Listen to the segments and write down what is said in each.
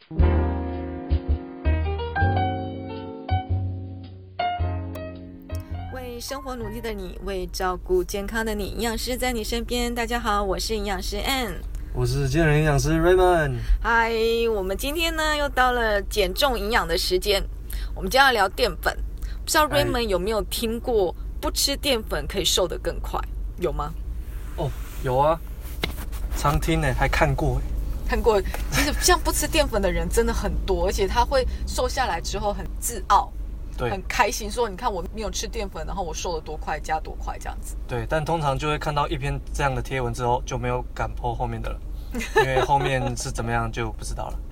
为生活努力的你，为照顾健康的你，营养师在你身边。大家好，我是营养师 Ann， 我是健人营养师 Raymond。 嗨，我们今天呢又到了减重营养的时间，我们今天要聊淀粉。不知道 Raymond 有没有听过不吃淀粉可以瘦得更快？有吗？ 哦，有啊，常听呢，还看过。 看过，其实像不吃淀粉的人真的很多，而且他会瘦下来之后很自傲。对，很开心说你看我没有吃淀粉，然后我瘦了多快加多快这样子。 对，但通常就会看到一篇这样的贴文之后就没有敢 po 后面的了，因为后面是怎么样就不知道了。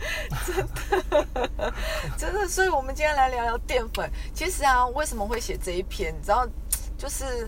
真的，所以我们今天来聊聊淀粉。其实啊，为什么会写这一篇？你知道，就是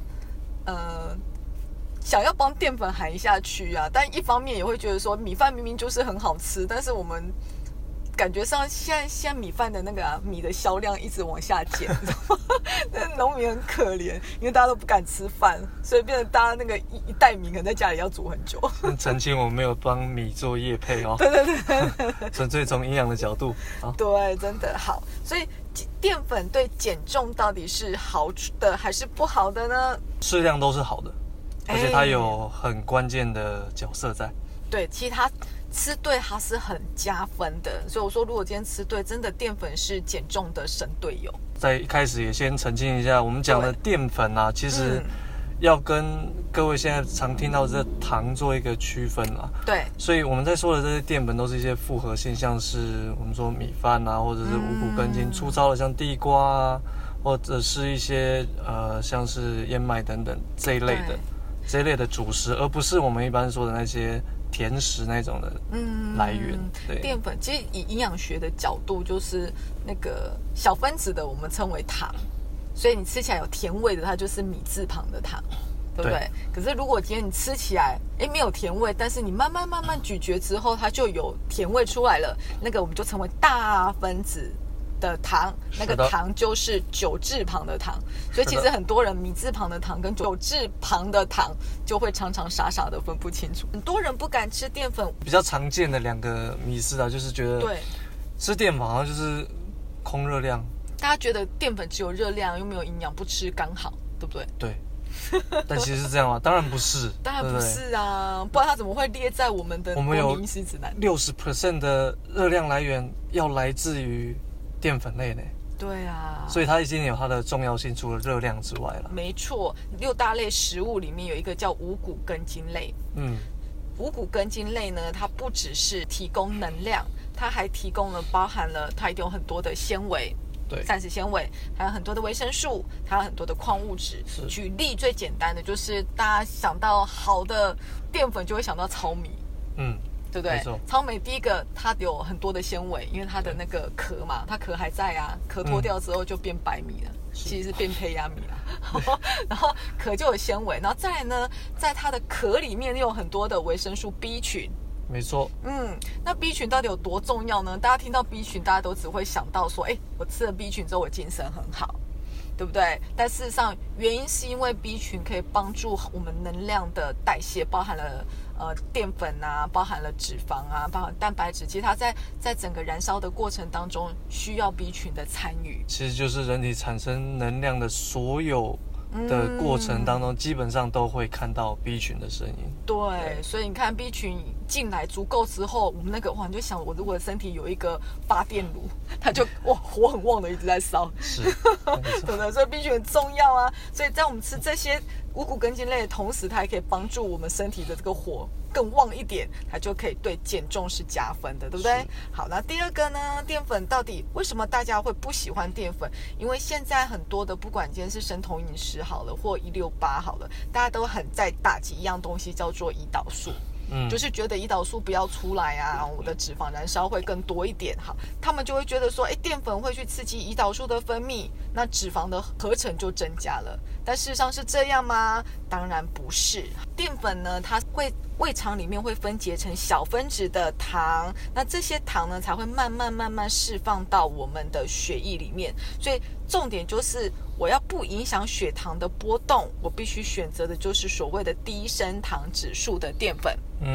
想要帮淀粉喊一下去啊，但一方面也会觉得说米饭明明就是很好吃，但是我们感觉上现在米饭的那个米的销量一直往下减，你知道吗？那农民很可怜，因为大家都不敢吃饭，所以变成大家那个一袋米可能在家里要煮很久。 澄清我没有帮米做业配哦。 对， 纯粹从营养的角度。 对，真的好。所以淀粉对减重到底是好的还是不好的呢？ 适量都是好的，而且它有很关键的角色在。 对，其实它吃对它是很加分的，所以我说如果今天吃对，真的淀粉是减重的神队友。 在一开始也先澄清一下，我们讲的淀粉啊，其实要跟各位现在常听到的糖做一个区分啦。 对， 所以我们在说的这些淀粉都是一些复合性，像是我们说米饭啊，或者是五谷根茎，粗糙的像地瓜啊，或者是一些像是燕麦等等这一类的主食，而不是我们一般说的那些甜食那种的来源。对， 淀粉其实以营养学的角度，就是那个小分子的我们称为糖，所以你吃起来有甜味的，它就是米字旁的糖，对不对？可是如果今天你吃起来没有甜味，但是你慢慢咀嚼之后，它就有甜味出来了，那个我们就称为大分子的糖，那个糖就是九字旁的糖，所以其实很多人米字旁的糖跟九字旁的糖就会常常傻傻的分不清楚。很多人不敢吃淀粉， 比较常见的两个迷思啊，就是觉得吃淀粉好像就是空热量， 大家觉得淀粉只有热量又没有营养，不吃刚好，对不对？ 对。但其实是这样吗？当然不是， 当然不是啊，不然它怎么会列在我们的国民饮食指南 ？60% 的热量来源要来自于淀粉类呢。 对啊， 所以它已经有它的重要性，除了热量之外了。 没错，6大类食物里面有一个叫五谷根茎类。五谷根茎类呢，它不只是提供能量，它还提供了包含了它一定有很多的纤维。膳食纤维，还有很多的维生素，还有很多的矿物质。举例最简单的就是大家想到好的淀粉就会想到糙米，对不对？糙米第一个它有很多的纤维，因为它的那个壳嘛，它壳还在啊，壳脱掉之后就变白米了，其实是变胚芽米了。然后壳就有纤维，然后再来呢，在它的壳里面又有很多的维生素 B 群。 没错， 那 B 群到底有多重要呢？大家听到 B 群，大家都只会想到说，我吃了 B 群之后，我精神很好，对不对？但事实上，原因是因为 B 群可以帮助我们能量的代谢，包含了淀粉啊，包含了脂肪啊，包含蛋白质。其实它在整个燃烧的过程当中，需要 B 群的参与。 其实就是人体产生能量的所有的过程当中，基本上都会看到 B 群的身影。 对，所以你看 B 群进来足够之后，我们那个你就想，我如果身体有一个发电炉，它就火很旺的一直在烧， 是， 对不对？所以 B 群很重要啊。所以在我们吃这些五谷根茎类的同时，它还可以帮助我们身体的这个火更旺一点，它就可以对减重是加分的，对不对？好，那第二个呢，淀粉到底为什么大家会不喜欢淀粉？因为现在很多的不管今天是生酮饮食好了，或168好了，大家都很在打击一样东西，叫做胰岛素。就是觉得胰岛素不要出来啊，我的脂肪燃烧会更多一点。好，他们就会觉得说，淀粉会去刺激胰岛素的分泌，那脂肪的合成就增加了。但事实上是这样吗？当然不是。淀粉呢，它会胃肠里面会分解成小分子的糖，那这些糖呢才会慢慢释放到我们的血液里面。所以重点就是我要不影响血糖的波动，我必须选择的就是所谓的低升糖指数的淀粉。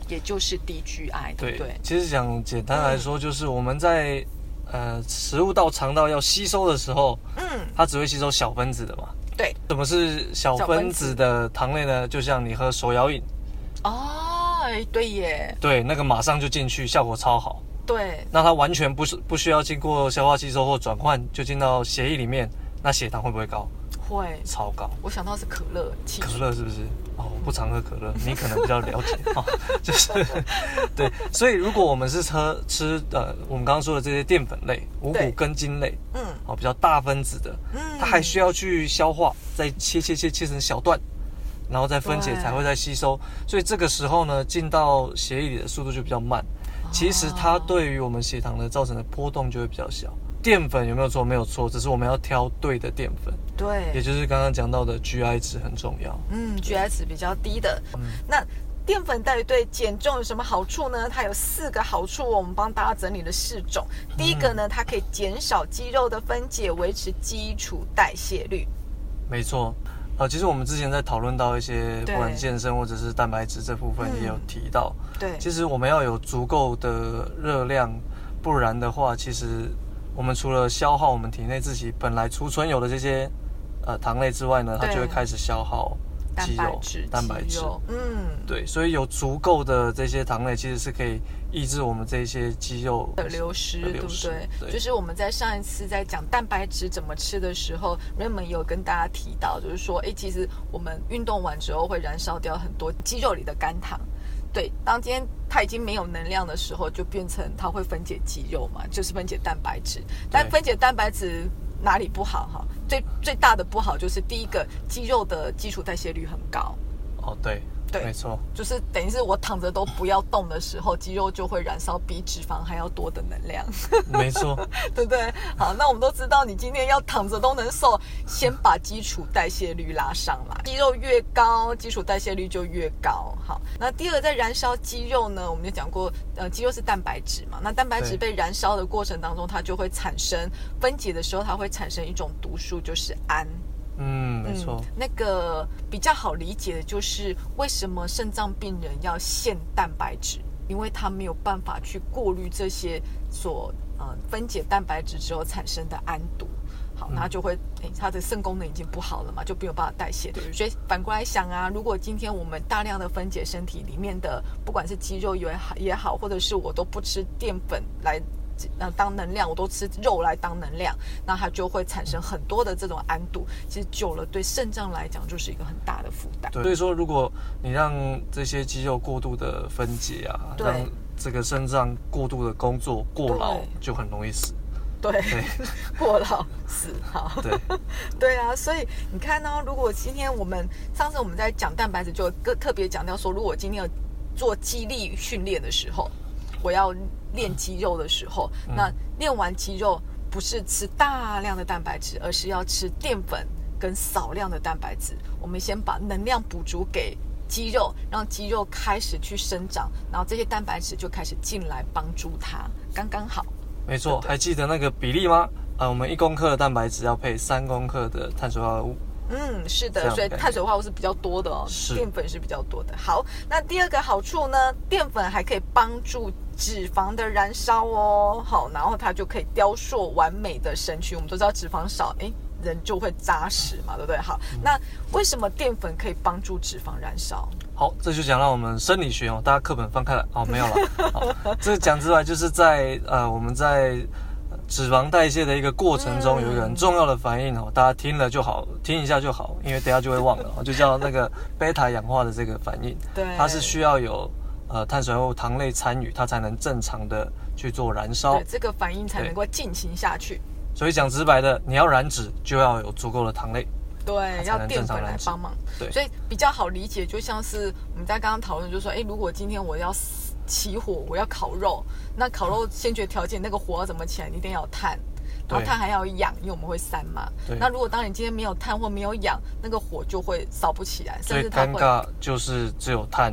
也就是低 GI， 对不对？ 其实讲简单来说，就是我们在食物到肠道要吸收的时候，它只会吸收小分子的嘛。 对。 什么是小分子的糖类呢？就像你喝手摇饮。 哦，对耶。 对，那个马上就进去，效果超好。 对。 那它完全不需要经过消化吸收或转换，就进到血液里面，那血糖会不会高？ 会， 超高。 我想到是可乐， 可乐是不是？哦，我不常喝可乐，你可能比较了解哦。就是对，所以如果我们是吃我们刚刚说的这些淀粉类、五谷根茎类，比较大分子的，它还需要去消化，再切成小段，然后再分解才会再吸收。所以这个时候呢，进到血液里的速度就比较慢。其实它对于我们血糖的造成的波动就会比较小。淀粉有没有错？没有错，只是我们要挑对的淀粉。 对， 也就是刚刚讲到的 GI 值很重要。 GI 值比较低的。那淀粉到底对减重有什么好处呢？它有4个好处，我们帮大家整理了4种。第一个呢，它可以减少肌肉的分解，维持基础代谢率。 没错。其实我们之前在讨论到一些不管健身或者是蛋白质这部分也有提到。 对。 其实我们要有足够的热量，不然的话，其实我们除了消耗我们体内自己本来储存有的这些糖类之外呢，它就会开始消耗肌肉、蛋白质。对，所以有足够的这些糖类，其实是可以抑制我们这些肌肉的流失，对不对？就是我们在上一次在讲蛋白质怎么吃的时候 ，Raymond 有跟大家提到，就是说，其实我们运动完之后会燃烧掉很多肌肉里的肝糖。对，当今天它已经没有能量的时候，就变成它会分解肌肉嘛，就是分解蛋白质。但分解蛋白质哪里不好哈？最大的不好就是第一个，肌肉的基础代谢率很高。 哦，对，没错， 就是等于是我躺着都不要动的时候，肌肉就会燃烧比脂肪还要多的能量。 没错， 对不对？好，那我们都知道，你今天要躺着都能瘦，先把基础代谢率拉上来，肌肉越高，基础代谢率就越高。好，那第二个在燃烧肌肉呢，我们就讲过，肌肉是蛋白质嘛，那蛋白质被燃烧的过程当中，它就会产生分解的时候，它会产生一种毒素，就是氨。 没错。 那个比较好理解的就是为什么肾脏病人要限蛋白质，因为他没有办法去过滤这些所分解蛋白质之后产生的氨毒。好，那就会它的肾功能已经不好了嘛，就没有办法代谢。所以反过来想啊，如果今天我们大量的分解身体里面的，不管是肌肉也好，或者是我都不吃淀粉来当能量，我都吃肉来当能量，那它就会产生很多的这种氨毒，其实久了对肾脏来讲就是一个很大的负担。 对，所以说如果你让这些肌肉过度的分解啊，让这个肾脏过度的工作过劳，就很容易死。 对，过劳死。好，对啊，所以你看呢，如果今天上次我们在讲蛋白质，就特别强调说，如果今天有做肌力训练的时候，我要练肌肉的时候，那练完肌肉不是吃大量的蛋白质，而是要吃淀粉跟少量的蛋白质。我们先把能量补足给肌肉，让肌肉开始去生长，然后这些蛋白质就开始进来帮助它，刚刚好。 没错，还记得那个比例吗？我们1公克的蛋白质要配3公克的碳水化合物。 是的，所以碳水化合物是比较多的哦，淀粉是比较多的。好，那第二个好处呢，淀粉还可以帮助脂肪的燃烧哦。好，然后它就可以雕塑完美的身躯。我们都知道脂肪少，人就会扎实嘛，对不对？好，那为什么淀粉可以帮助脂肪燃烧？ 好，这就讲到我们生理学哦，大家课本翻开来没有了。好，这讲出来就是在我们在脂肪代谢的一个过程中，有一个很重要的反应大家听了就好，听一下就好，因为等一下就会忘了就叫那个贝塔氧化的这个反应。 对， 它是需要有碳水化合物糖类参与，它才能正常的去做燃烧， 对，这个反应才能够进行下去。 所以讲直白的，你要燃脂就要有足够的糖类。 对，要淀粉来帮忙。 对， 所以比较好理解，就像是我们在刚刚讨论，就是说，如果今天我要起火，我要烤肉，那烤肉先决条件，那个火要怎么起来？你一定要有炭，然后炭还要有氧，因为我们会散嘛。那如果当你今天没有炭或没有氧，那个火就会烧不起来，甚至它会。 最尴尬就是只有炭，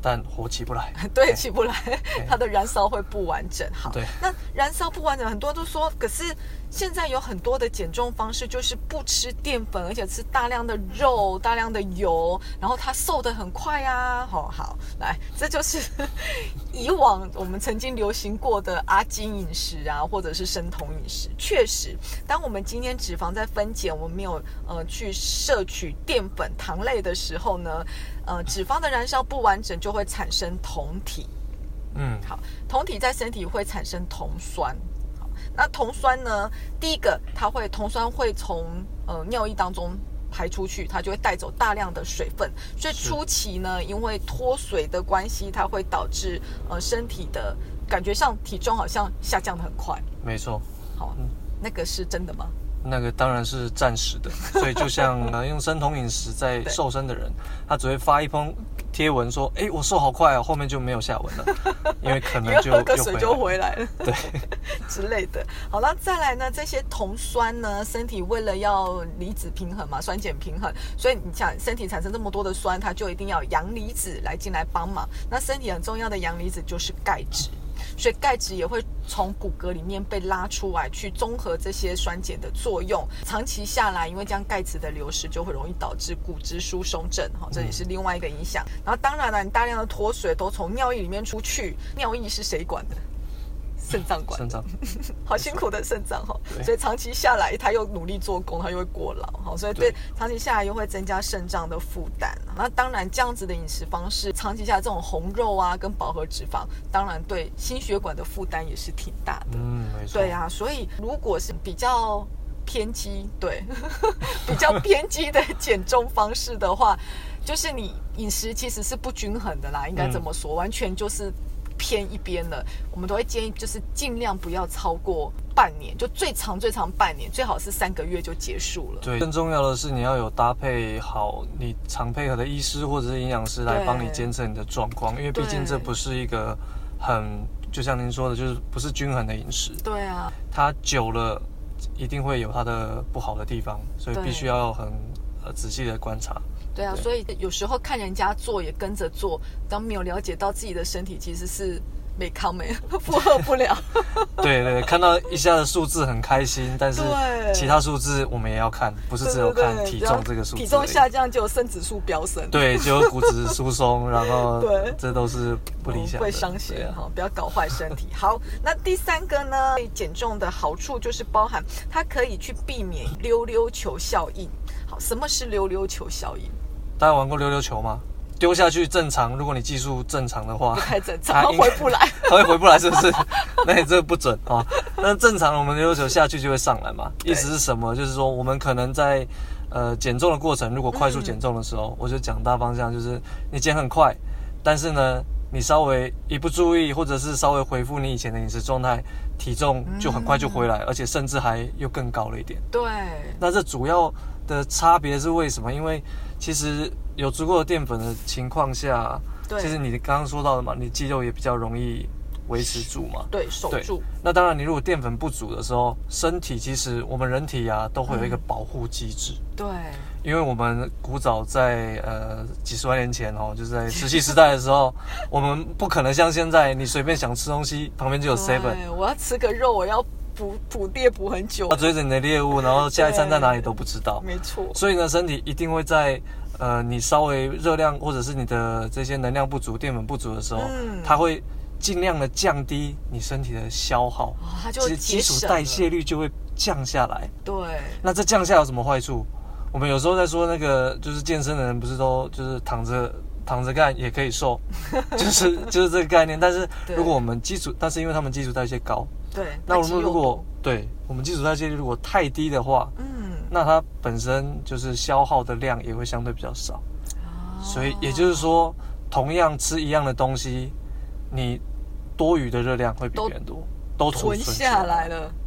但火起不来。 对，起不来，它的燃烧会不完整。好， 对， 那燃烧不完整，很多都说，可是现在有很多的减重方式，就是不吃淀粉，而且吃大量的肉、大量的油，然后它瘦得很快啊。好，来，这就是以往我们曾经流行过的阿金饮食啊，或者是生酮饮食。确实，当我们今天脂肪在分解，我们没有去摄取淀粉、糖类的时候呢，脂肪的燃烧不完整，就会产生酮体。好，酮体在身体会产生酮酸。好，那酮酸呢，第一个酮酸会从尿液当中排出去，它就会带走大量的水分，所以初期呢，因为脱水的关系，它会导致身体的感觉上体重好像下降得很快。 没错。 好，那个是真的吗？ 那个当然是暂时的，所以就像用生酮饮食在瘦身的人，他只会发一封贴文说：“哎，我瘦好快哦！”后面就没有下文了，因为可能就喝个水就回来了， 对之类的。好了，再来呢，这些酮酸呢，身体为了要离子平衡嘛，酸碱平衡，所以你想身体产生这么多的酸，它就一定要有阳离子来进来帮忙。那身体很重要的阳离子就是钙质。所以钙质也会从骨骼里面被拉出来，去综合这些酸碱的作用。长期下来，因为这样钙质的流失，就会容易导致骨质疏松症，这也是另外一个影响。然后当然了，你大量的脱水都从尿液里面出去，尿液是谁管的？肾脏管。 肾脏好辛苦的肾脏哈，所以长期下来，他又努力做工，他又会过劳哈，所以对长期下来又会增加肾脏的负担。那当然，这样子的饮食方式，长期下来这种红肉啊跟饱和脂肪，当然对心血管的负担也是挺大的。 没错。 对啊，所以如果是比较偏激，对，比较偏激的减重方式的话，就是你饮食其实是不均衡的啦，应该这么说，完全就是偏一边了。我们都会建议就是尽量不要超过半年，就最长半年，最好是3个月就结束了。 对，更重要的是你要有搭配好你常配合的医师或者是营养师来帮你监测你的状况，因为毕竟这不是一个就像您说的，就是不是均衡的饮食。 对啊， 它久了一定会有它的不好的地方，所以必须要很仔细的观察。 对啊，所以有时候看人家做也跟着做，当没有了解到自己的身体其实是没康没负荷不了。 对，看到一下的数字很开心，但是其他数字我们也要看，不是只有看体重这个数字。 体重下降就有肾指数飙升， 对，就有骨质疏松，然后这都是不理想的， 会伤血哈，不要搞坏身体。好，那第3个呢，减重的好处就是包含它可以去避免溜溜球效应。好，什么是溜溜球效应？ 大家玩过溜溜球吗？丢下去正常，如果你技术正常的话， 不太正常，它回不来， 它会回不来，是不是？那你这个不准啊。那正常我们溜溜球下去就会上来嘛。意思是什么？就是说我们可能在减重的过程，如果快速减重的时候，我就讲大方向，就是你减很快，但是呢，你稍微一不注意，或者是稍微恢复你以前的饮食状态，体重就很快就回来，而且甚至还又更高了一点。 对。 那这主要的差别是为什么？因为其实有足够的淀粉的情况下，其实你刚刚说到的嘛，你肌肉也比较容易维持住嘛， 对，守住。 那当然，你如果淀粉不足的时候，身体其实我们人体啊都会有一个保护机制。 对， 因为我们古早在几十万年前就是在石器时代的时候，我们不可能像现在，你随便想吃东西，旁边就有 7。 我要吃个肉，我要捕猎捕很久， 追着你的猎物，然后下一餐在哪里都不知道。 没错。所以呢，身体一定会在你稍微热量或者是你的这些能量不足、淀粉不足的时候，它会尽量的降低你身体的消耗， 它就其实基础代谢率就会降下来。 对。 那这降下有什么坏处？我们有时候在说那个，就是健身的人不是都就是躺着干也可以瘦，就是这个概念。但是如果我们但是因为他们基础代谢高， 对， 那我们如果我们基础代谢率如果太低的话，那它本身就是消耗的量也会相对比较少。所以也就是说，同样吃一样的东西，你多余的热量会比别人多，都囤下来了。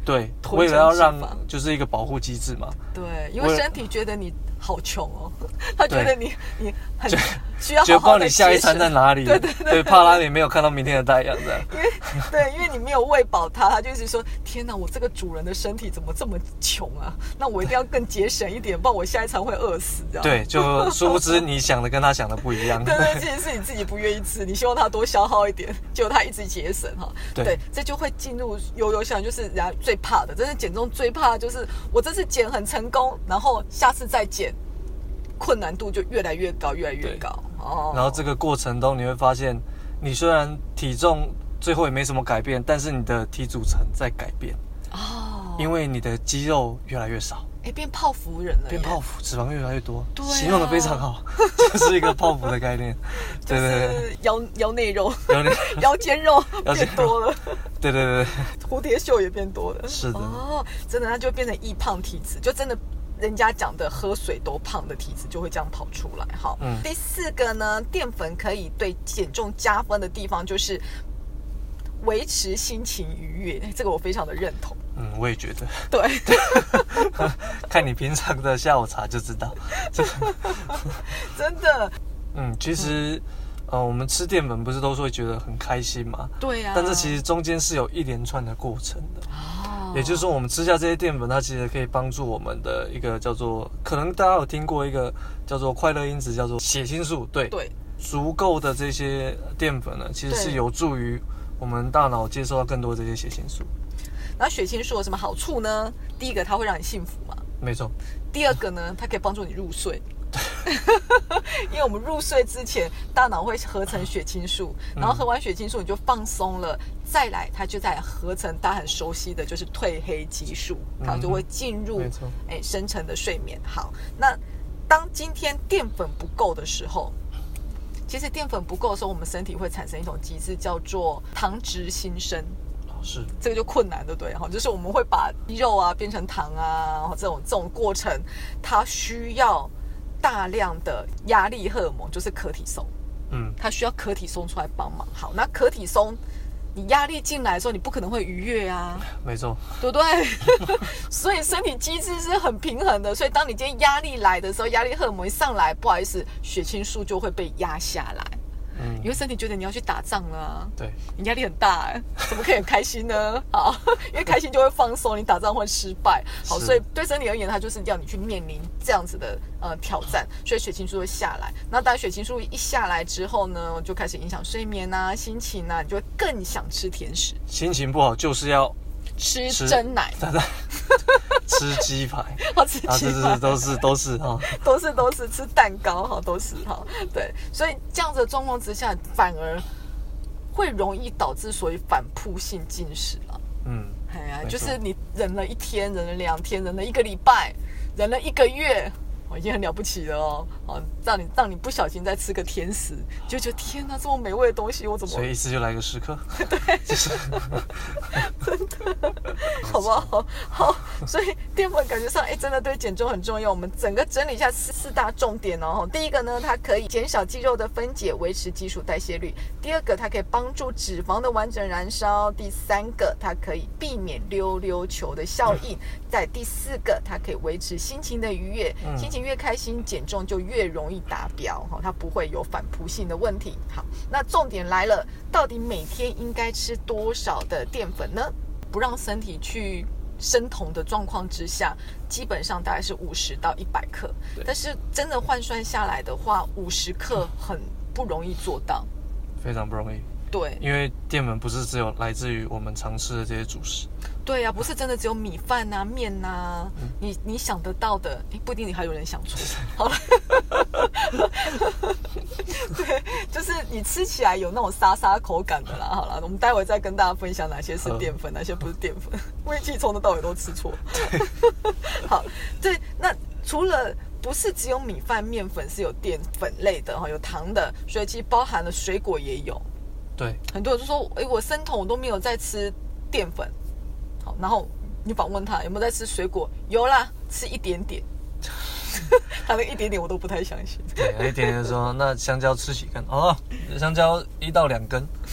对， 囤为了要让成脂肪就是一个保护机制嘛。 对，因为身体觉得你好穷哦，他觉得你很需要就不知道好好的你下一餐在哪里， 对， 怕他也没有看到明天的太阳这样。 因为你没有喂饱它，它就一直说天哪，我这个主人的身体怎么这么穷啊？那我一定要更节省一点，不然我下一餐会饿死这样。 对，就殊不知你想的跟他想的不一样。 对，其实是你自己不愿意吃，你希望它多消耗一点，结果它一直节省哈。对，这就会进入悠想，就是人家最怕的，真的减重最怕的就是我这次减很成功，然后下次再减，困难度就越来越高，越来越高。 然后这个过程中你会发现，你虽然体重最后也没什么改变，但是你的体组成在改变哦，因为你的肌肉越来越少。 变泡芙人了， 变泡芙，脂肪越来越多， 对、 形容的非常好，就是一个泡芙的概念， 就是腰内肉、腰间肉变多了， 对， 蝴蝶袖也变多了， 是的， 真的，它就变成易胖体质，就真的人家讲的喝水都胖的体质就会这样跑出来。好，第4个呢，淀粉可以对减重加分的地方就是维持心情愉悦，这个我非常的认同。 我也觉得。 对， 看你平常的下午茶就知道。 真的。 其实，我们吃淀粉不是都是会觉得很开心嘛？ 对啊。 但是其实中间是有一连串的过程的。哦。也就是说，我们吃下这些淀粉，它其实可以帮助我们的一个叫做，可能大家有听过一个叫做快乐因子，叫做血清素。对。足够的这些淀粉呢，其实是有助于我们大脑接受到更多的这些血清素。 那血清素有什么好处呢？第一个，它会让你幸福嘛。 没错。 第二个呢，它可以帮助你入睡。因为我们入睡之前，大脑会合成血清素，然后合完血清素你就放松了，再来它就在合成大家很熟悉的就是褪黑激素，它就会进入深层的睡眠。好，那当今天淀粉不够的时候，其实淀粉不够的时候，我们身体会产生一种机制叫做糖质新生。 是， 这个就困难，对不对？就是我们会把肌肉啊变成糖啊，这种过程，它需要大量的压力荷尔蒙，就是可体松。它需要可体松出来帮忙。好，那可体松，你压力进来的时候，你不可能会愉悦啊。 没错， 对不对？所以身体机制是很平衡的。所以当你今天压力来的时候，压力荷尔蒙一上来，不好意思，血清素就会被压下来。因为身体觉得你要去打仗了啊， 对， 你压力很大，怎么可以很开心呢？好，因为开心就会放松，你打仗会失败。好，所以对身体而言，它就是要你去面临这样子的挑战，所以血清素会下来。那当血清素一下来之后呢，就开始影响睡眠啊、心情啊，你就会更想吃甜食。 心情不好就是要吃真奶， 吃鸡排， 吃鸡排， 都是哈， 都是吃蛋糕哈，都是哈，对，所以这样子的状况之下，反而会容易导致所谓反扑性进食了。就是你忍了1天，忍了2天，忍了1个礼拜，忍了1个月。已经很了不起了哦，让你不小心再吃个甜食，就觉得天哪，这么美味的东西我怎么？ 所以一次就来个10颗， 对，就是真的，好不好？好，所以淀粉感觉上，真的对减重很重要。我们整个整理一下4大重点哦。第一个呢，它可以减少肌肉的分解，维持基础代谢率；第二个，它可以帮助脂肪的完整燃烧；第3个，它可以避免溜溜球的效应；在第4个，它可以维持心情的愉悦，心情越开心，减重就越容易达标，它不会有反扑性的问题。好，那重点来了，到底每天应该吃多少的淀粉呢？不让身体去生酮的状况之下，基本上大概是50到100克。但是真的换算下来的话，50克很不容易做到， 非常不容易。 对， 因为淀粉不是只有来自于我们常吃的这些主食。 对啊，不是真的只有米饭啊、面啊，你想得到的，不一定你还有人想出。好了，对，就是你吃起来有那种沙沙口感的啦。好了，我们待会再跟大家分享哪些是淀粉，哪些不是淀粉。我也记从头到尾都吃错。好，对，那除了不是只有米饭、面粉是有淀粉类的，有糖的，所以其实包含了水果也有。 对， 很多人就说，我生酮我都没有在吃淀粉。好，然后你访问他有没有在吃水果，有啦，吃一点点。他那一点点我都不太相信。 对，一点点说那香蕉吃几根？香蕉1到2根。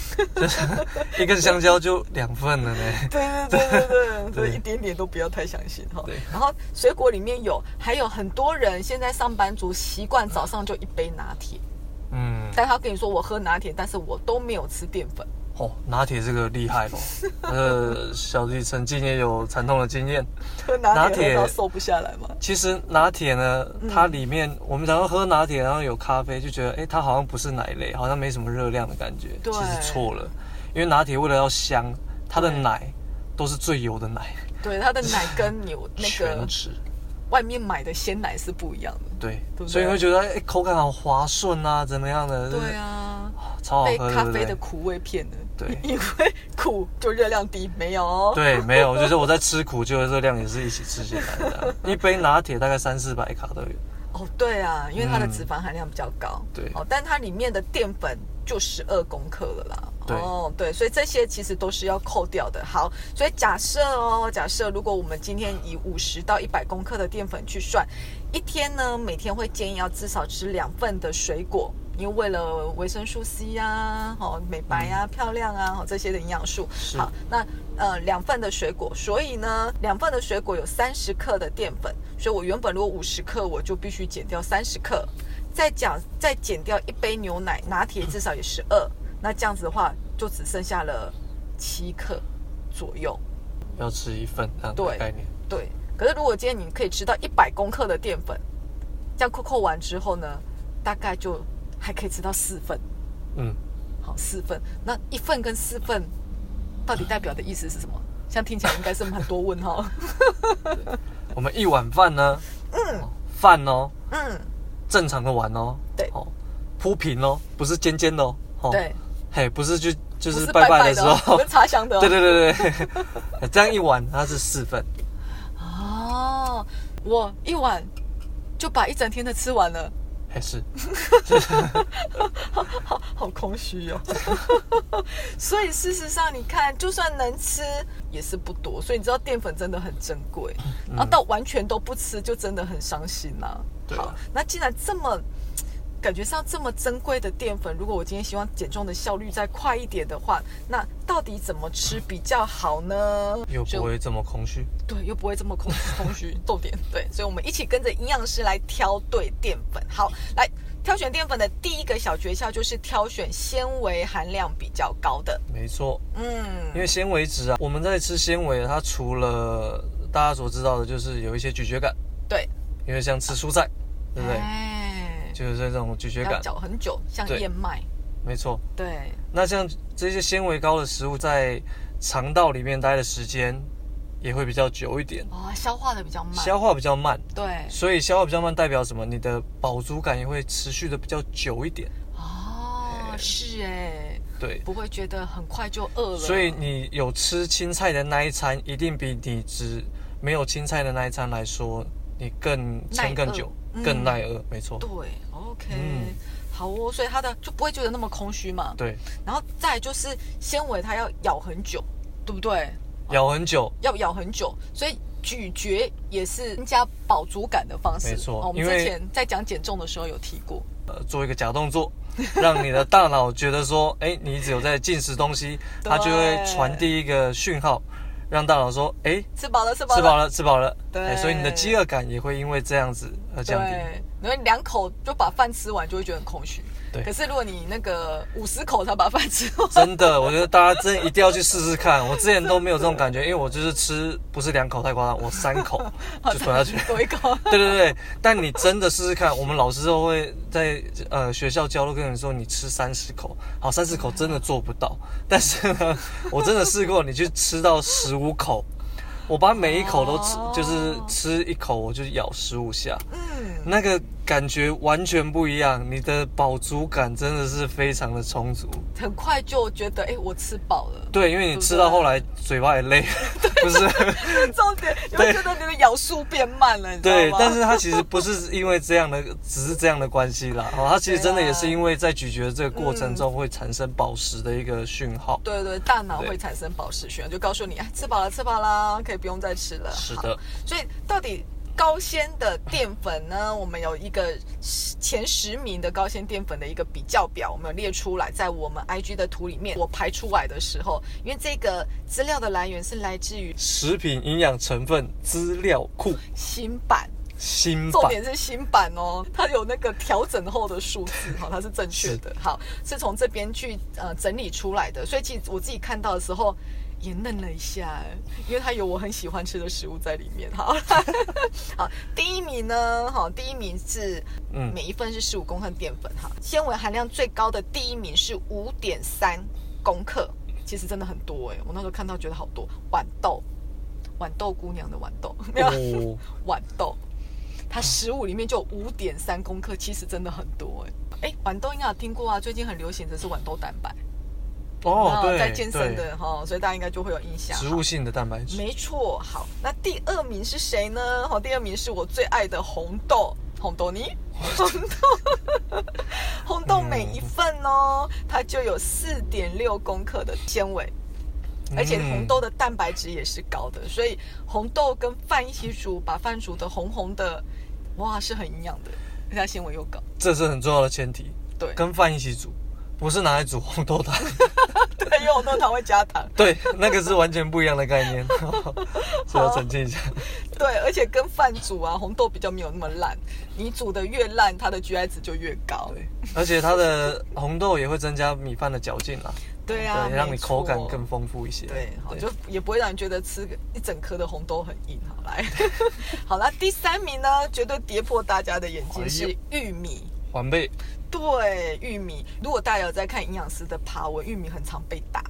就是一根香蕉就2份了呢。 对，所以一点点都不要太相信哈。然后水果里面还有很多人现在上班族习惯早上就一杯拿铁，但他跟你说我喝拿铁，但是我都没有吃淀粉。 拿铁这个厉害小弟曾经也有惨痛的经验， 喝拿铁喝到瘦不下来吗？ 其实拿铁呢，它里面我们常常喝拿铁，然后有咖啡，就觉得它好像不是奶类，好像没什么热量的感觉。其实错了，因为拿铁为了要香，它的奶都是最油的奶。对， 它的奶跟牛那个全脂外面买的鲜奶是不一样的。 对，所以你会觉得口感好滑顺啊，怎么样的？ 对啊， 超好喝， 被咖啡的苦味骗了。 对， 因为苦就热量低，没有。 对，没有，就是我在吃苦，就热量也是一起吃进来的。一杯拿铁大概300-400卡都有。 对啊，因为它的脂肪含量比较高。 对。 但它里面的淀粉就12公克了啦。对，所以这些其实都是要扣掉的。好，所以假设如果我们今天以50到100公克的淀粉去算，一天呢，每天会建议要至少吃2份的水果。因为为了维生素 C 啊，美白啊，漂亮啊，这些的营养素。好，那2份的水果，所以呢，2份的水果有30克的淀粉，所以我原本如果50克，我就必须减掉30克，再减掉1杯牛奶，拿铁至少也12，那这样子的话就只剩下了7克左右。 要吃1份这样的概念。 对，可是如果今天你可以吃到100公克的淀粉，这样扣完之后呢，大概就还可以吃到4份。好，4份。那1份跟4份到底代表的意思是什么？像听起来应该是很多问号。 我们1碗饭呢，饭哦，正常的碗哦， 对， 铺平哦，不是尖尖的哦， 对， 不是就是拜拜的时候， 跟茶香的。 对，这样1碗它是4份。 我1碗就把1整天的吃完了。 还是好空虚哦。所以事实上你看，就算能吃也是不多，所以你知道淀粉真的很珍贵，然后到完全都不吃就真的很伤心啦。好，那既然这么感觉上这么珍贵的淀粉，如果我今天希望减重的效率再快一点的话，那到底怎么吃比较好呢？ 又不会这么空虚。 对，又不会这么空虚。重点对，所以我们一起跟着营养师来挑对淀粉。好，来挑选淀粉的第一个小诀窍就是挑选纤维含量比较高的。 没错，因为纤维质啊，我们在吃纤维，它除了大家所知道的，就是有一些咀嚼感。 对， 因为像吃蔬菜，对不对？就是这种咀嚼感， 要嚼很久，像燕麦。 没错。 对。 那像这些纤维高的食物，在肠道里面待的时间也会比较久一点。 消化的比较慢。对。 所以消化比较慢代表什么？你的饱足感也会持续的比较久一点。 是对， 不会觉得很快就饿了。 所以你有吃青菜的那一餐，一定比你没有青菜的那一餐来说，你更撑更久。更耐饿，没错。 对 ，OK，好哦，所以它的就不会觉得那么空虚嘛。 对。 然后再来就是纤维，它要咬很久，对不对？ 咬很久， 要咬很久，所以咀嚼也是增加饱足感的方式。 没错， 我们之前在讲减重的时候有提过。 做一个假动作，让你的大脑觉得说，你只有在进食东西，它就会传递一个讯号。让大脑说， 吃饱了。 对，所以你的饥饿感也会因为这样子而降低。 对，因为2口就把饭吃完，就会觉得很空虚。 对。 可是如果你那个50口才把饭吃完， 真的，我觉得大家真的一定要去试试看。我之前都没有这种感觉，因为我就是吃不是2口太夸张，我3口就吞下去。 多1口。 对。但你真的试试看，我们老师都会在学校教都跟你说，你吃30口，好，30口真的做不到。但是呢，我真的试过，你去吃到15口。我把每一口都吃，就是吃1口我就咬15下，那个感觉完全不一样，你的饱足感真的是非常的充足， 很快就觉得我吃饱了。 对，因为你吃到后来嘴巴也累，不是？ 重点，你会觉得你的咬速变慢了，你知道吗？ 对，但是它其实不是因为这样的，只是这样的关系啦。它其实真的也是因为在咀嚼这个过程中会产生饱食的一个讯号。 对，大脑会产生饱食讯号，就告诉你吃饱了，可以不用再吃了。 是的。 所以到底高纤的淀粉呢，我们有一个前10名的高纤淀粉的一个比较表，我们有列出来，在我们 IG 的图里面，我排出来的时候，因为这个资料的来源是来自于食品营养成分资料库新版。重点是新版哦，它有那个调整后的数字，好，它是正确的，好，是从这边去整理出来的，所以其实我自己看到的时候也愣了一下，因为它有我很喜欢吃的食物在里面。好，好，第一名呢，好，第一名是每一份是15公克淀粉，哈，纤维含量最高的第一名是5.3公克，其实真的很多我那时候看到觉得好多。豌豆姑娘的豌豆，没有豌豆。它15里面就有5.3公克，其实真的很多豌豆应该有听过啊，最近很流行的是豌豆蛋白对， 在健身的所以大家应该就会有印象。 植物性的蛋白质， 没错。好，那第2名是谁呢？第2名是我最爱的红豆泥。红豆每一份它就有4.6公克的纤维。而且红豆的蛋白质也是高的，所以红豆跟饭一起煮，把饭煮的红红的，哇，是很营养的，而且它纤维又高， 这是很重要的前提。 对， 跟饭一起煮，不是拿来煮红豆汤。 对，因为红豆汤会加糖。 对，那个是完全不一样的概念，所以要澄清一下。 对，而且跟饭煮啊，红豆比较没有那么烂，你煮的越烂，它的 GI 值就越高。 对，而且它的红豆也会增加米饭的嚼劲啦。 对啊， 对，让你口感更丰富一些。 对，好，就也不会让你觉得吃一整颗的红豆很硬。好，来，好了，第3名呢，绝对跌破大家的眼睛是玉米。 环贝。 对，玉米，如果大家有在看营养师的爬文，玉米很常被打。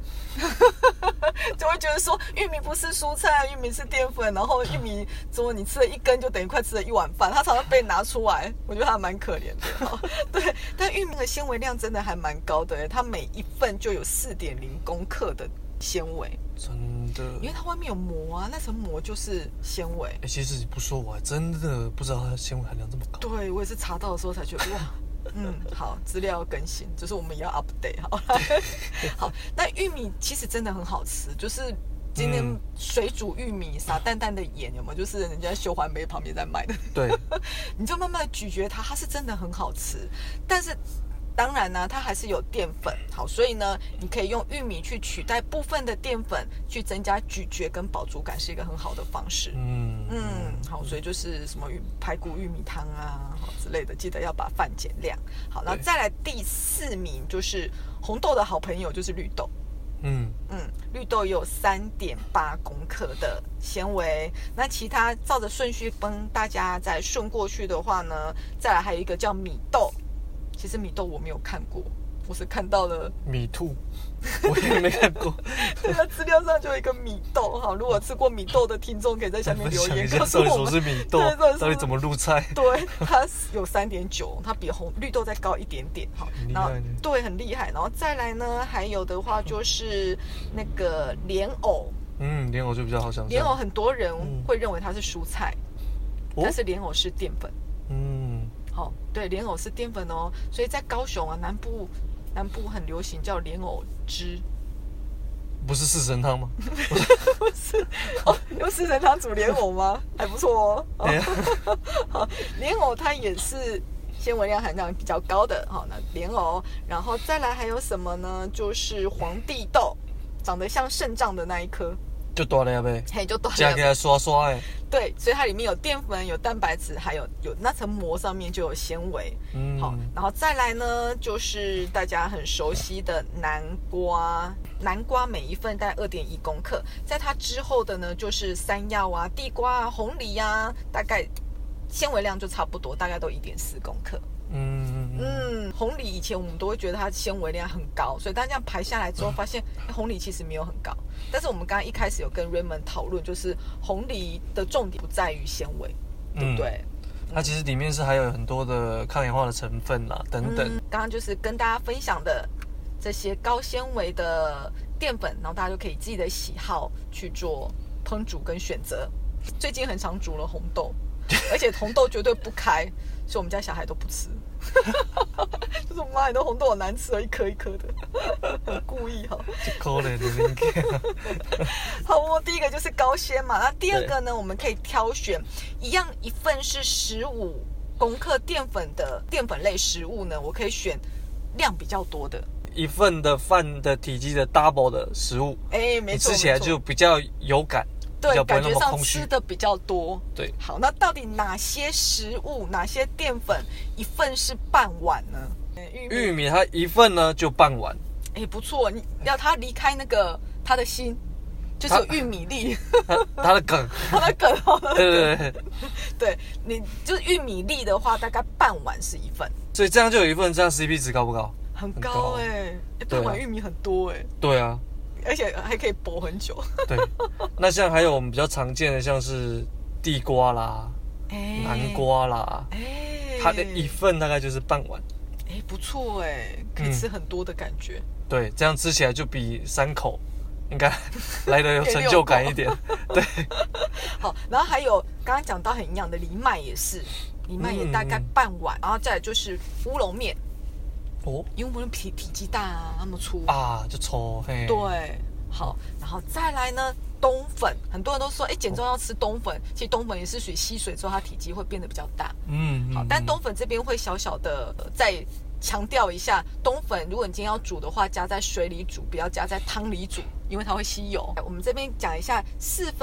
就会觉得说玉米不是蔬菜，玉米是淀粉，然后玉米怎么你吃了1根就等于快吃了1碗饭，它常常被拿出来，我觉得它蛮可怜的。对，但玉米的纤维量真的还蛮高的，它每一份就有4.0公克的纤维， 真的， 因为它外面有膜啊，那层膜就是纤维。 其实你不说我还真的不知道它的纤维含量这么高。 对，我也是查到的时候才觉得哇。好，资料要更新，就是我们也要 update。好，那玉米其实真的很好吃，就是今天水煮玉米撒淡淡的盐，有没有？就是人家修环杯旁边在卖的。 对， 你就慢慢的咀嚼它，它是真的很好吃。但是当然呢，它还是有淀粉。好，所以呢，你可以用玉米去取代部分的淀粉，去增加咀嚼跟饱足感，是一个很好的方式。好，所以就是什么排骨玉米汤啊，好之类的，记得要把饭减量。好，然后再来第4名就是红豆的好朋友，就是绿豆。绿豆也有3.8公克的纤维。那其他照着顺序帮大家再顺过去的话呢，再来还有一个叫米豆。其实米豆我没有看过，我是看到了米兔，我也没看过。 对啊，资料上就有一个米豆。好，如果吃过米豆的听众，可以在下面留言告诉我们。 到底什么是米豆？到底怎么入菜？ 对，它有3.9，它比绿豆再高一点点。好，然后对，很厉害。然后再来呢，还有的话就是那个莲藕。 莲藕就比较好想象。 莲藕很多人会认为它是蔬菜，但是莲藕是淀粉。好，对，莲藕是淀粉哦，所以在高雄啊，南部很流行叫莲藕汁。 不是四神汤吗？ 不是用四神汤煮莲藕吗？还不错哦。莲藕它也是纤维量含量比较高的。好，那莲藕，然后再来还有什么呢？就是皇帝豆，长得像肾脏的那一颗。 就大了呗， 就大了， 加起来刷刷的。 对，所以它里面有淀粉、有蛋白质，还有那层膜上面就有纤维。好，然后再来呢，就是大家很熟悉的南瓜。南瓜每一份大概2.1公克，在它之后的呢，就是山药啊、地瓜啊、红梨啊，大概纤维量就差不多，大概都1.4公克。红梨以前我们都会觉得它纤维量很高，所以大家这样排下来之后，发现红梨其实没有很高。但是我们刚刚一开始有跟 Raymond 讨论，就是红梨的重点不在于纤维，对不对？ 它其实里面是还有很多的抗氧化的成分啦，等等。 刚刚就是跟大家分享的这些高纤维的淀粉，然后大家就可以自己的喜好去做烹煮跟选择。最近很常煮了红豆。 而且红豆绝对不开，所以我们家小孩都不吃。就是我妈很多红豆好难吃哦，一颗一颗的，很故意哈。 就可怜的零件。 好哦，第一个就是高纤嘛，那第二个呢，我们可以挑选一样一份是15公克淀粉的淀粉类食物呢，我可以选量比较多的。 一份的饭的体积的 double 的食物， 没错， 吃起来就比较有感， 对， 比较不会感觉上那么空虚吃的比较多。 对， 好，那到底哪些食物、哪些淀粉一份是半碗呢？ 玉米它一份呢就半碗， 不错，你要它离开那个它的心，就是有玉米粒， 它的梗， 它的梗， 对， 对，你就是玉米粒的话，大概半碗是一份， 所以这样就有一份，这样 CP 值高不高？ 很高半碗玉米很多对啊， 而且还可以剥很久。 对，那像还有我们比较常见的，像是地瓜啦、南瓜啦，它的一份大概就是半碗。 不错可以吃很多的感觉。 对，这样吃起来就比3口应该来得有成就感一点。对， 好，然后还有刚刚讲到很营养的藜麦也是，藜麦也大概半碗，然后再来就是乌龙面。因为我们体积大啊，那么粗啊，就抽。 对，好，然后再来呢，冬粉，很多人都说，减重要吃冬粉，其实冬粉也是属于吸水之后，它体积会变得比较大。好，但冬粉这边会小小的再强调一下，冬粉如果你今天要煮的话，加在水里煮，不要加在汤里煮，因为它会吸油。我们这边讲一下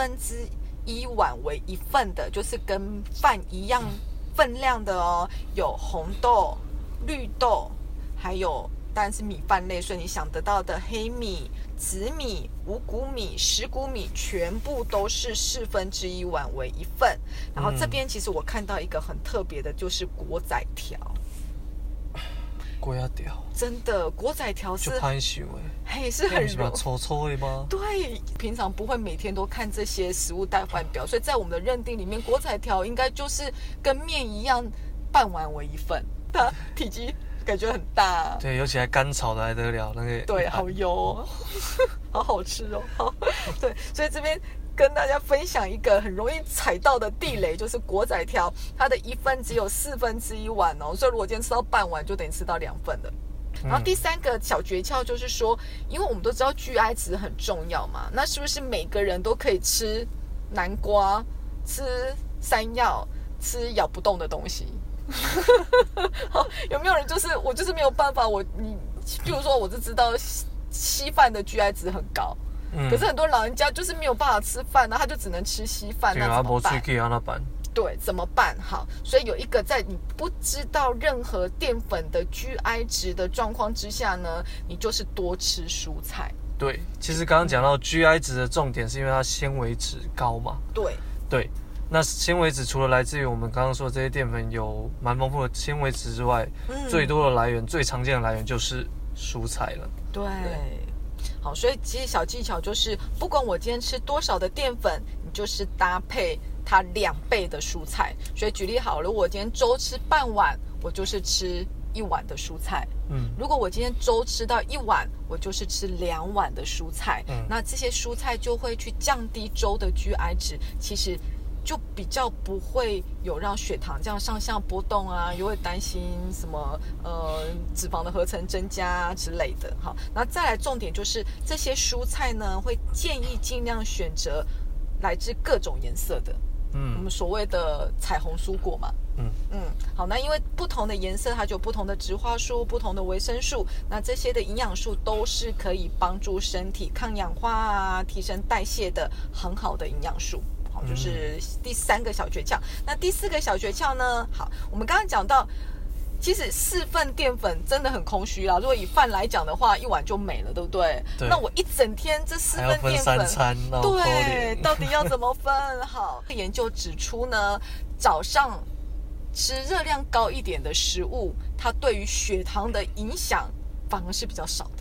1/4碗为一份的，就是跟饭一样分量的哦，有红豆、绿豆。还有当然是米饭类，所以你想得到的黑米、紫米、五谷米、十谷米，全部都是1/4碗为一份。然后这边其实我看到一个很特别的，就是果仔条。 果仔条， 真的果仔条是就拍手是很柔，粗粗的吗？ 对，平常不会每天都看这些食物代换表，所以在我们的认定里面，果仔条应该就是跟面一样，半碗为一份，它体积感觉很大。 对，尤其还干炒的还得了，那个对，好油哦，好好吃哦。好，对，所以这边跟大家分享一个很容易踩到的地雷，就是果仔条，它的一份只有1/4碗哦，所以如果今天吃到半碗，就等于吃到2份了。然后第三个小诀窍就是说，因为我们都知道 GI 值很重要嘛，那是不是每个人都可以吃南瓜、吃山药、吃咬不动的东西？好，有没有人就是我就是没有办法，比如说我就知道稀饭的 GI 值很高，可是很多老人家就是没有办法吃饭，那他就只能吃稀饭，那怎么办？对，怎么办？好，所以有一个在你不知道任何淀粉的 GI 值的状况之下呢，你就是多吃蔬菜。 对，其实刚刚讲到 GI 值的重点是因为它纤维质高嘛。对。那纤维质除了来自于我们刚刚说的这些淀粉有蛮丰富的纤维质之外，最多的来源、最常见的来源就是蔬菜了。 对，好，所以其实小技巧就是，不管我今天吃多少的淀粉，你就是搭配它2倍的蔬菜。所以举例好了，我今天粥吃半碗，我就是吃1碗的蔬菜。如果我今天粥吃到1碗，我就是吃2碗的蔬菜。那这些蔬菜就会去降低粥的 GI 值，其实就比较不会有让血糖这样上下波动啊，又会担心什么脂肪的合成增加啊之类的。好，那再来重点就是这些蔬菜呢，会建议尽量选择来自各种颜色的，我们所谓的彩虹蔬果嘛。好，那因为不同的颜色它就有不同的植化素、不同的维生素，那这些的营养素都是可以帮助身体抗氧化啊、提升代谢的很好的营养素。就是第3个小诀窍。那第4个小诀窍呢？好，我们刚刚讲到，其实4份淀粉真的很空虚啦。如果以饭来讲的话，1碗就没了，对不对？那我一整天这4份淀粉， 还要分3餐， 对，到底要怎么分？好，研究指出呢，早上吃热量高一点的食物，它对于血糖的影响反而是比较少的。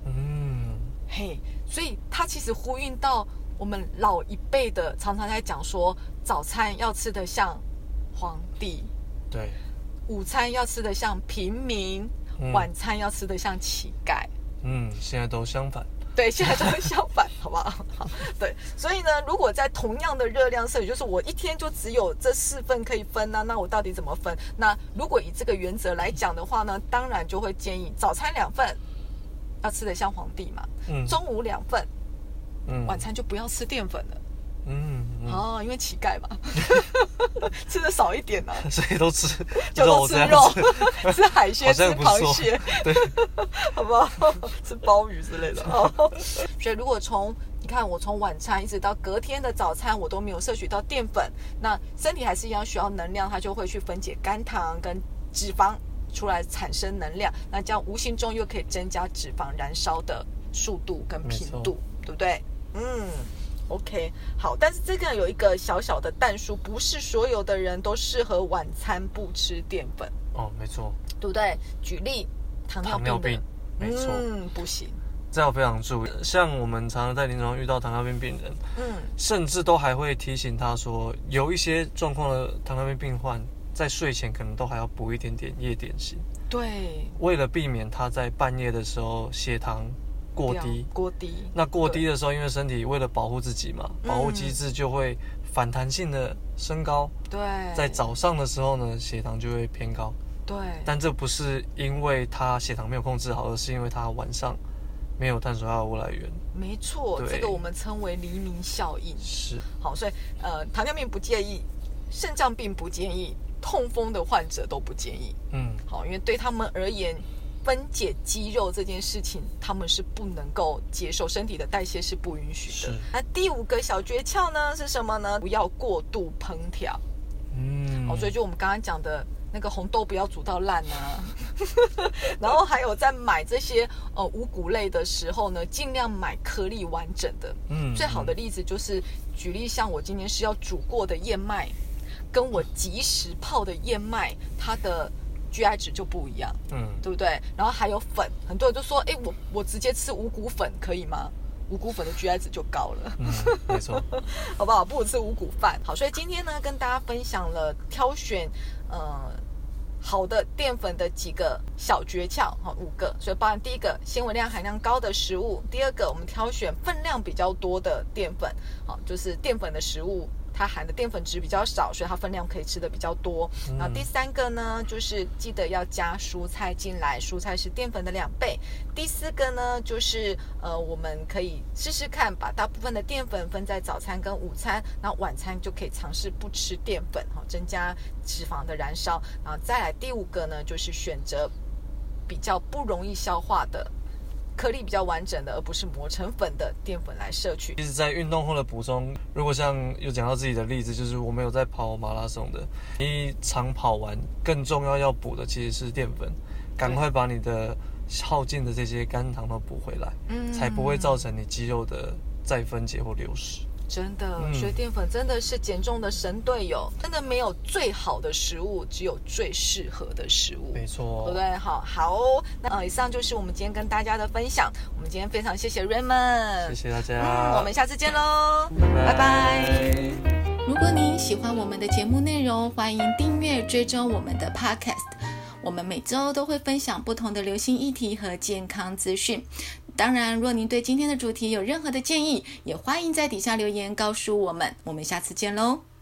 所以它其实呼应到我们老一辈的常常在讲说，早餐要吃得像皇帝， 对， 午餐要吃得像平民，晚餐要吃得像乞丐。 现在都相反。 对，现在就是相反，好不好？好，对，所以呢，如果在同样的热量摄取，就是我一天就只有这4份可以分啊，那我到底怎么分？那如果以这个原则来讲的话呢，当然就会建议早餐2份，要吃得像皇帝嘛，中午2份，晚餐就不要吃淀粉了。哦，因为乞丐嘛，吃的少一点啊， 所以都吃就都吃肉，吃海鲜，吃螃蟹， 对， 好不好？吃鲍鱼之类的。所以如果你看我从晚餐一直到隔天的早餐，我都没有摄取到淀粉，那身体还是一样需要能量，它就会去分解肝糖跟脂肪出来产生能量，那这样无形中又可以增加脂肪燃烧的速度跟频度，对不对？OK， 好，但是这个有一个小小的但书，不是所有的人都适合晚餐不吃淀粉。 没错， 对不对？举例，糖尿病， 没错， 不行。 这要非常注意。像我们常常在临床遇到糖尿病病人，甚至都还会提醒他说，有一些状况的糖尿病病患在睡前可能都还要补一点点夜点心。 对， 为了避免他在半夜的时候血糖过低，那过低的时候，因为身体为了保护自己嘛，保护机制就会反弹性的升高。 对， 在早上的时候呢，血糖就会偏高。 对， 但这不是因为他血糖没有控制好，而是因为他晚上没有碳水化合物来源。 没错，这个我们称为黎明效应。 是， 好，所以糖尿病不建议，肾脏病不建议，痛风的患者都不建议。好，因为对他们而言，分解肌肉这件事情，他们是不能够接受，身体的代谢是不允许的。那第5个小诀窍呢是什么呢？不要过度烹调。所以就我们刚刚讲的那个红豆不要煮到烂啊，然后还有在买这些五谷类的时候呢，尽量买颗粒完整的。最好的例子就是举例，像我今天是要煮过的燕麦，跟我即时泡的燕麦，它的GI 值就不一样，对不对？然后还有粉，很多人就说，我直接吃五谷粉可以吗？五谷粉的 GI 值就高了， 没错， 好不好？不如吃五谷饭。好，所以今天呢，跟大家分享了挑选好的淀粉的几个小诀窍，5个。所以包含第1个，纤维量含量高的食物；第2个，我们挑选分量比较多的淀粉，就是淀粉的食物它含的淀粉质比较少，所以它分量可以吃的比较多。然后第3个呢，就是记得要加蔬菜进来，蔬菜是淀粉的2倍。第4个呢，就是我们可以试试看，把大部分的淀粉分在早餐跟午餐，然后晚餐就可以尝试不吃淀粉，增加脂肪的燃烧。然后再来第5个呢，就是选择比较不容易消化的，颗粒比较完整的，而不是磨成粉的淀粉来摄取。 其实在运动后的补充，如果像有讲到自己的例子，就是我们有在跑马拉松的，一场跑完更重要补的其实是淀粉，赶快把你的耗尽的这些肝糖都补回来，才不会造成你肌肉的再分解或流失。 真的，所以淀粉真的是减重的神队友，真的没有最好的食物，只有最适合的食物。 没错， 对不对？好哦，那以上就是我们今天跟大家的分享。我们今天非常谢谢 Raymond， 谢谢大家， 我们下次见喽，拜拜。如果你喜欢我们的节目内容，欢迎订阅追踪我们的 Podcast。我们每周都会分享不同的流行议题和健康资讯。当然，若您对今天的主题有任何的建议，也欢迎在底下留言告诉我们。我们下次见喽。